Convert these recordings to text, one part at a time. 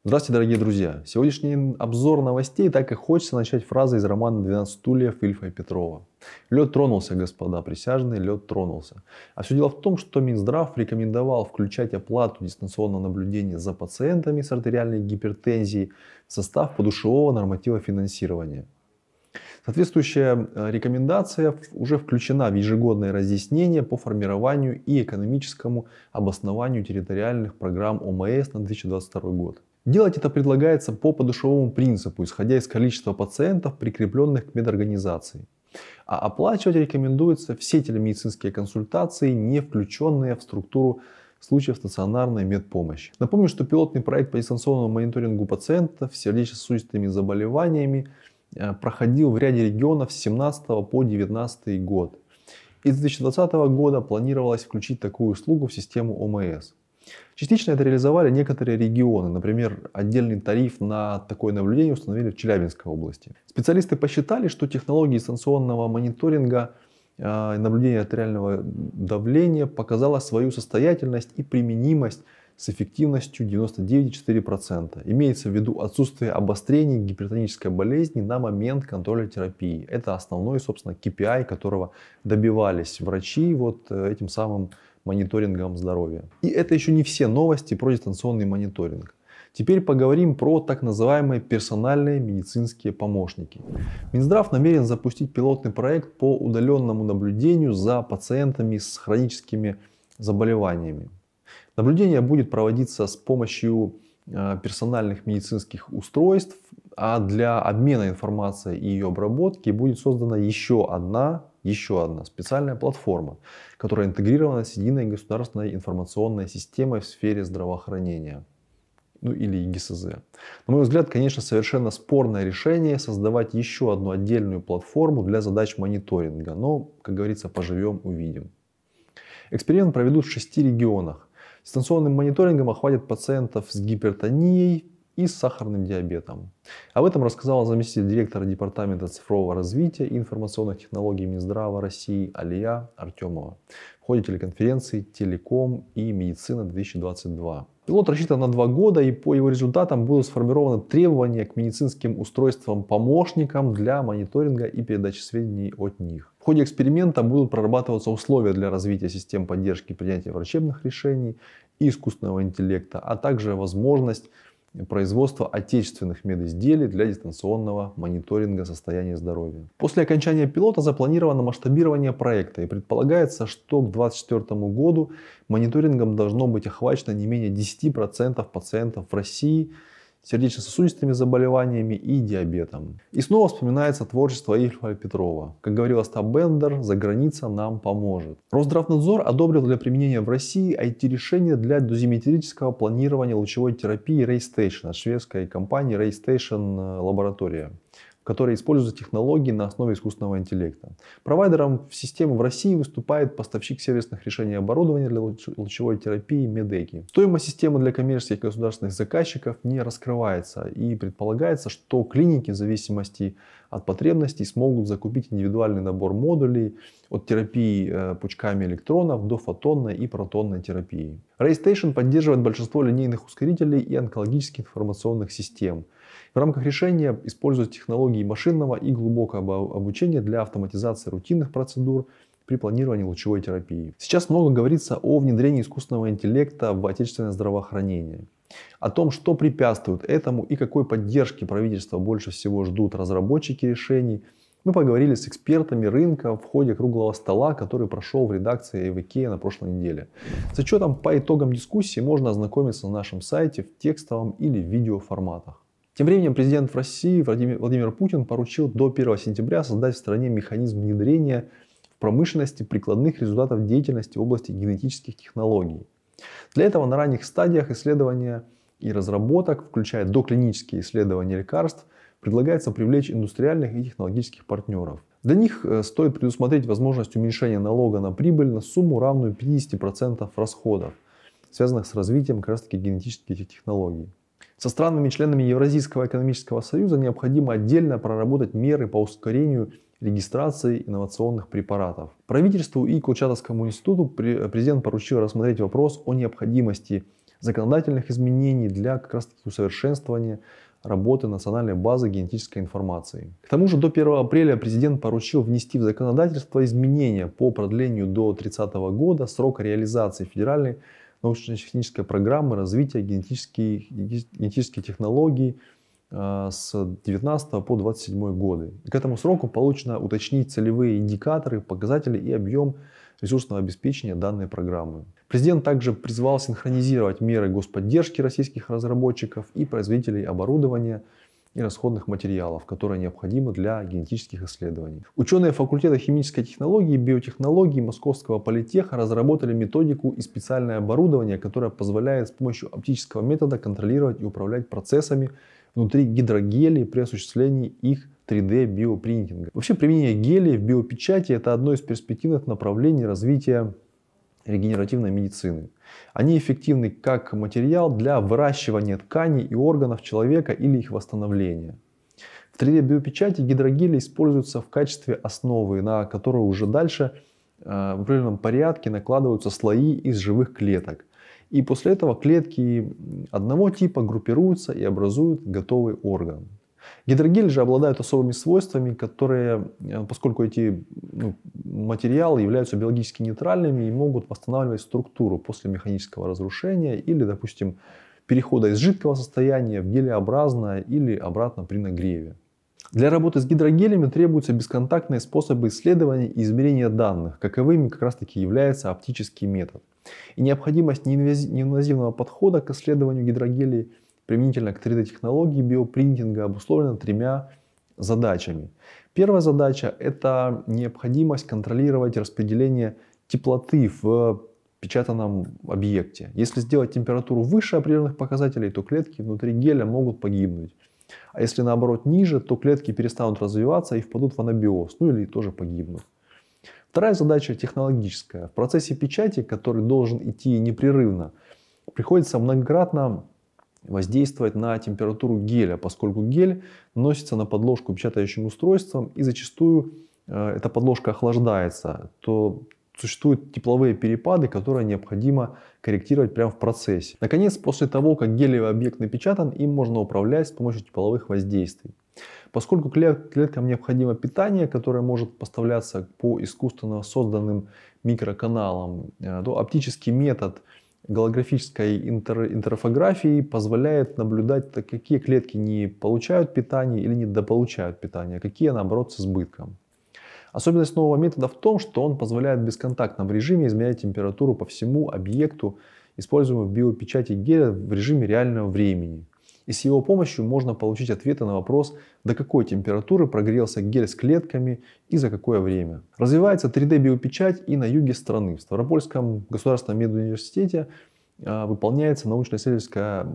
Здравствуйте, дорогие друзья! Сегодняшний обзор новостей так и хочется начать фразой из романа «12 стульев» Ильфа и Петрова. Лед тронулся, господа присяжные, лед тронулся. А все дело в том, что Минздрав рекомендовал включать оплату дистанционного наблюдения за пациентами с артериальной гипертензией в состав подушевого норматива финансирования. Соответствующая рекомендация уже включена в ежегодное разъяснение по формированию и экономическому обоснованию территориальных программ ОМС на 2022 год. Делать это предлагается по подушевому принципу, исходя из количества пациентов, прикрепленных к медорганизации. А оплачивать рекомендуется все телемедицинские консультации, не включенные в структуру случаев стационарной медпомощи. Напомню, что пилотный проект по дистанционному мониторингу пациентов с сердечно-сосудистыми заболеваниями проходил в ряде регионов с 2017 по 2019 год. И с 2020 года планировалось включить такую услугу в систему ОМС. Частично это реализовали некоторые регионы. Например, отдельный тариф на такое наблюдение установили в Челябинской области. Специалисты посчитали, что технология дистанционного мониторинга наблюдения артериального давления показала свою состоятельность и применимость с эффективностью 99,4%. Имеется в виду отсутствие обострений гипертонической болезни на момент контроля терапии. Это основной, собственно, KPI, которого добивались врачи этим самым мониторингом здоровья. И это еще не все новости про дистанционный мониторинг. Теперь поговорим про так называемые персональные медицинские помощники. Минздрав намерен запустить пилотный проект по удаленному наблюдению за пациентами с хроническими заболеваниями. Наблюдение будет проводиться с помощью персональных медицинских устройств, а для обмена информацией и ее обработки будет создана еще одна специальная платформа, которая интегрирована с единой государственной информационной системой в сфере здравоохранения. Или ЕГСЗ. На мой взгляд, конечно, совершенно спорное решение создавать еще одну отдельную платформу для задач мониторинга. Но, как говорится, поживем, увидим. Эксперимент проведут в 6 регионах. Дистанционным мониторингом охватят пациентов с гипертонией и с сахарным диабетом. Об этом рассказала заместитель директора Департамента цифрового развития и информационных технологий Минздрава России Алия Артемова в ходе телеконференции «Телеком и медицина-2022». Пилот рассчитан на 2 года, и по его результатам будут сформированы требования к медицинским устройствам-помощникам для мониторинга и передачи сведений от них. В ходе эксперимента будут прорабатываться условия для развития систем поддержки принятия врачебных решений и искусственного интеллекта, а также возможность производства отечественных медизделий для дистанционного мониторинга состояния здоровья. После окончания пилота запланировано масштабирование проекта, и предполагается, что к 2024 году мониторингом должно быть охвачено не менее 10% пациентов в России с сердечно-сосудистыми заболеваниями и диабетом. И снова вспоминается творчество Ильфа и Петрова. Как говорил Остап Бендер, за граница нам поможет. Росздравнадзор одобрил для применения в России IT-решение для дозиметрического планирования лучевой терапии RayStation от шведской компании RayStation Лаборатория, в которой используются технологии на основе искусственного интеллекта. Провайдером системы в России выступает поставщик сервисных решений оборудования для лучевой терапии Медеки. Стоимость системы для коммерческих и государственных заказчиков не раскрывается, и предполагается, что клиники в зависимости от потребностей смогут закупить индивидуальный набор модулей от терапии пучками электронов до фотонной и протонной терапии. RayStation поддерживает большинство линейных ускорителей и онкологических информационных систем. В рамках решения используют технологии машинного и глубокого обучения для автоматизации рутинных процедур при планировании лучевой терапии. Сейчас много говорится о внедрении искусственного интеллекта в отечественное здравоохранение. О том, что препятствует этому и какой поддержки правительства больше всего ждут разработчики решений, мы поговорили с экспертами рынка в ходе круглого стола, который прошел в редакции ЭВК на прошлой неделе. С отчетом по итогам дискуссии можно ознакомиться на нашем сайте в текстовом или видеоформатах. Тем временем президент России Владимир Путин поручил до 1 сентября создать в стране механизм внедрения в промышленности прикладных результатов деятельности в области генетических технологий. Для этого на ранних стадиях исследования и разработок, включая доклинические исследования лекарств, предлагается привлечь индустриальных и технологических партнеров. Для них стоит предусмотреть возможность уменьшения налога на прибыль на сумму, равную 50% расходов, связанных с развитием как раз таки генетических технологий. Со странами-членами Евразийского экономического союза необходимо отдельно проработать меры по ускорению регистрации инновационных препаратов. Правительству и Курчатовскому институту президент поручил рассмотреть вопрос о необходимости законодательных изменений для как раз таки усовершенствования работы национальной базы генетической информации. К тому же до 1 апреля президент поручил внести в законодательство изменения по продлению до 2030 года срока реализации федеральной научно-технической программы развития генетических технологий с 19 по 27 годы. И к этому сроку получено уточнить целевые индикаторы, показатели и объем ресурсного обеспечения данной программы. Президент также призвал синхронизировать меры господдержки российских разработчиков и производителей оборудования и расходных материалов, которые необходимы для генетических исследований. Ученые факультета химической технологии и биотехнологии Московского политеха разработали методику и специальное оборудование, которое позволяет с помощью оптического метода контролировать и управлять процессами внутри гидрогелей при осуществлении их 3D биопринтинга. Вообще применение гелий в биопечати — это одно из перспективных направлений развития регенеративной медицины. Они эффективны как материал для выращивания тканей и органов человека или их восстановления. В 3D биопечати гидрогели используются в качестве основы, на которую уже дальше в определенном порядке накладываются слои из живых клеток. И после этого клетки одного типа группируются и образуют готовый орган. Гидрогели же обладают особыми свойствами, которые, поскольку эти материалы являются биологически нейтральными и могут восстанавливать структуру после механического разрушения или, допустим, перехода из жидкого состояния в гелеобразное или обратно при нагреве. Для работы с гидрогелями требуются бесконтактные способы исследования и измерения данных. Каковыми как раз таки является оптический метод. И необходимость неинвазивного подхода к исследованию гидрогелей применительно к 3D-технологии биопринтинга обусловлена тремя задачами. Первая задача — это необходимость контролировать распределение теплоты в печатанном объекте. Если сделать температуру выше определенных показателей, то клетки внутри геля могут погибнуть. А если наоборот ниже, то клетки перестанут развиваться и впадут в анабиоз, ну или тоже погибнут. Вторая задача технологическая. В процессе печати, который должен идти непрерывно, приходится многократно воздействовать на температуру геля, поскольку гель носится на подложку печатающим устройством и зачастую эта подложка охлаждается, то существуют тепловые перепады, которые необходимо корректировать прямо в процессе. Наконец, после того, как гелевый объект напечатан, им можно управлять с помощью тепловых воздействий. Поскольку клеткам необходимо питание, которое может поставляться по искусственно созданным микроканалам, то оптический метод голографической интерфографии позволяет наблюдать, какие клетки не получают питание или недополучают питание, а какие наоборот с избытком. Особенность нового метода в том, что он позволяет в бесконтактном режиме измерять температуру по всему объекту, используемому в биопечати геля в режиме реального времени. И с его помощью можно получить ответы на вопрос, до какой температуры прогрелся гель с клетками и за какое время. Развивается 3D биопечать и на юге страны. В Ставропольском государственном медуниверситете выполняется научно-исследовательская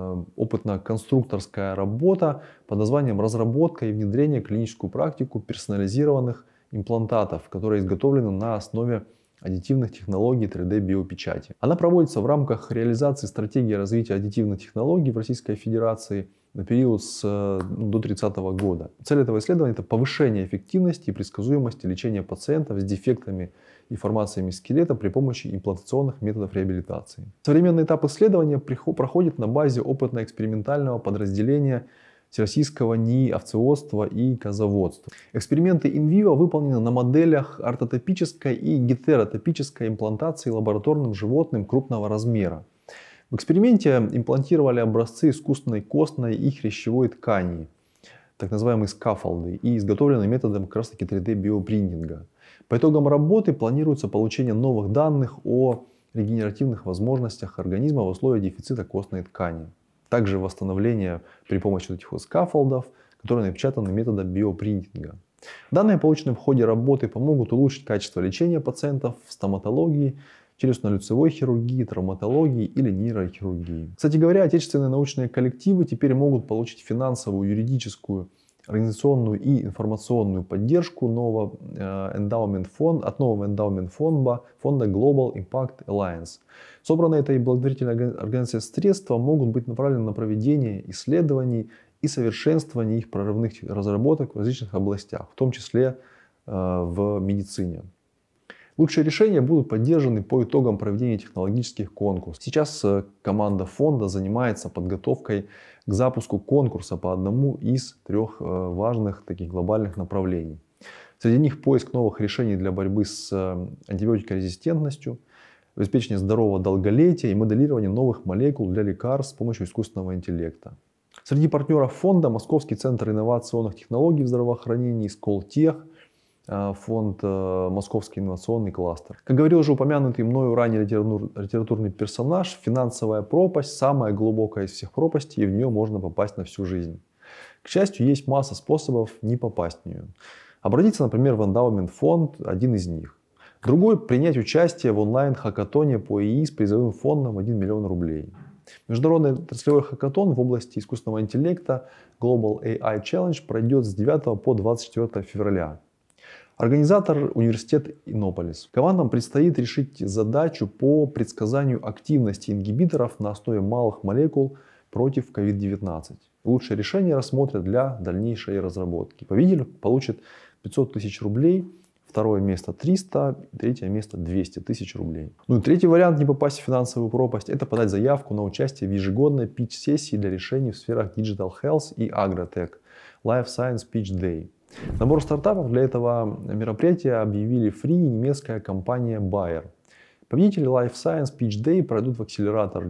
опытно-конструкторская работа под названием «Разработка и внедрение в клиническую практику персонализированных имплантатов», которые изготовлены на основе аддитивных технологий 3D биопечати. Она проводится в рамках реализации стратегии развития аддитивных технологий в Российской Федерации на период до 30 года. Цель этого исследования — это повышение эффективности и предсказуемости лечения пациентов с дефектами и формациями скелета при помощи имплантационных методов реабилитации. Современный этап исследования проходит на базе опытно-экспериментального подразделения Всероссийского НИИ овцеводства и козоводства. Эксперименты инвиво выполнены на моделях ортотопической и гетеротопической имплантации лабораторным животным крупного размера. В эксперименте имплантировали образцы искусственной костной и хрящевой ткани, так называемые скафолды, и изготовлены методом как раз таки 3D биопринтинга. По итогам работы планируется получение новых данных о регенеративных возможностях организма в условиях дефицита костной ткани. Также восстановление при помощи этих скафолдов, которые напечатаны методом биопринтинга. Данные, полученные в ходе работы, помогут улучшить качество лечения пациентов в стоматологии, челюстно-лицевой хирургии, травматологии или нейрохирургии. Кстати говоря, отечественные научные коллективы теперь могут получить финансовую, юридическую, организационную и информационную поддержку от нового эндаумент фонда Global Impact Alliance. Собранные этой благотворительной организацией средства могут быть направлены на проведение исследований и совершенствование их прорывных разработок в различных областях, в том числе в медицине. Лучшие решения будут поддержаны по итогам проведения технологических конкурсов. Сейчас команда фонда занимается подготовкой к запуску конкурса по одному из 3 важных таких глобальных направлений. Среди них поиск новых решений для борьбы с антибиотикорезистентностью, обеспечение здорового долголетия и моделирование новых молекул для лекарств с помощью искусственного интеллекта. Среди партнеров фонда Московский центр инновационных технологий в здравоохранении, Сколтех, фонд Московский инновационный кластер. Как говорил уже упомянутый мною ранее литературный персонаж, финансовая пропасть самая глубокая из всех пропастей, и в нее можно попасть на всю жизнь. К счастью, есть масса способов не попасть в нее. Обратиться, например, в эндаумент фонд, один из них. Другой – принять участие в онлайн-хакатоне по ИИ с призовым фондом 1 миллион рублей. Международный отраслевой хакатон в области искусственного интеллекта Global AI Challenge пройдет с 9 по 24 февраля. Организатор – университет Иннополис. Командам предстоит решить задачу по предсказанию активности ингибиторов на основе малых молекул против COVID-19. Лучшее решение рассмотрят для дальнейшей разработки. Победитель получит 500 тысяч рублей, второе место 300, третье место 200 тысяч рублей. Ну и третий вариант не попасть в финансовую пропасть – это подать заявку на участие в ежегодной питч-сессии для решений в сферах Digital Health и Agrotech Life Science Pitch Day. Набор стартапов для этого мероприятия объявили Free и немецкая компания Bayer. Победители Life Science Pitch Day пройдут в акселератор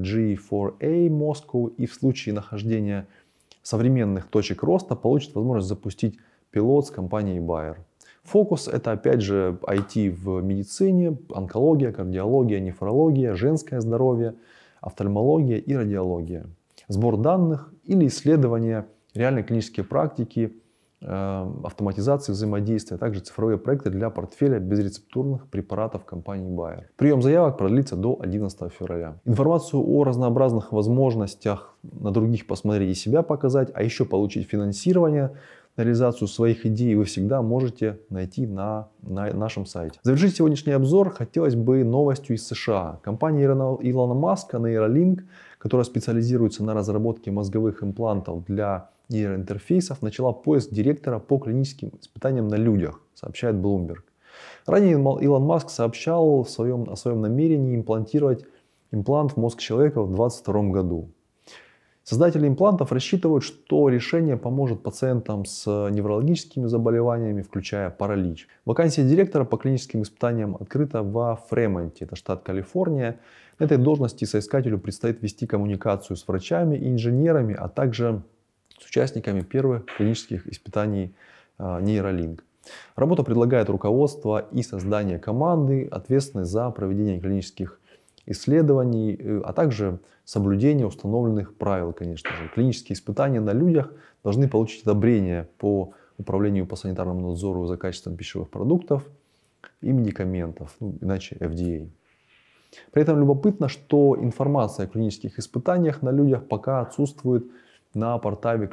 G4A Moscow и в случае нахождения современных точек роста получат возможность запустить пилот с компанией Bayer. Фокус – это опять же IT в медицине, онкология, кардиология, нефрология, женское здоровье, офтальмология и радиология. Сбор данных или исследования, реальной клинические практики, автоматизации взаимодействия, а также цифровые проекты для портфеля безрецептурных препаратов компании Bayer. Прием заявок продлится до 11 февраля. Информацию о разнообразных возможностях на других посмотреть и себя показать, а еще получить финансирование на реализацию своих идей вы всегда можете найти на нашем сайте. Завершить сегодняшний обзор хотелось бы новостью из США. Компания Илона Маска Neuralink, которая специализируется на разработке мозговых имплантов для нейроинтерфейсов, начала поиск директора по клиническим испытаниям на людях, сообщает Bloomberg. Ранее Илон Маск сообщал о своем намерении имплантировать имплант в мозг человека в 2022 году. Создатели имплантов рассчитывают, что решение поможет пациентам с неврологическими заболеваниями, включая паралич. Вакансия директора по клиническим испытаниям открыта во Фремонте, это штат Калифорния. На этой должности соискателю предстоит вести коммуникацию с врачами и инженерами, а также с участниками первых клинических испытаний Neuralink. Работа предлагает руководство и создание команды, ответственной за проведение клинических исследований, а также соблюдение установленных правил, конечно же. Клинические испытания на людях должны получить одобрение по Управлению по санитарному надзору за качеством пищевых продуктов и медикаментов, иначе FDA. При этом любопытно, что информация о клинических испытаниях на людях пока отсутствует на портале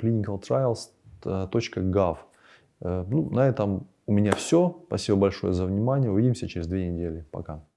clinicaltrials.gov. На этом у меня все. Спасибо большое за внимание. Увидимся через 2 недели. Пока.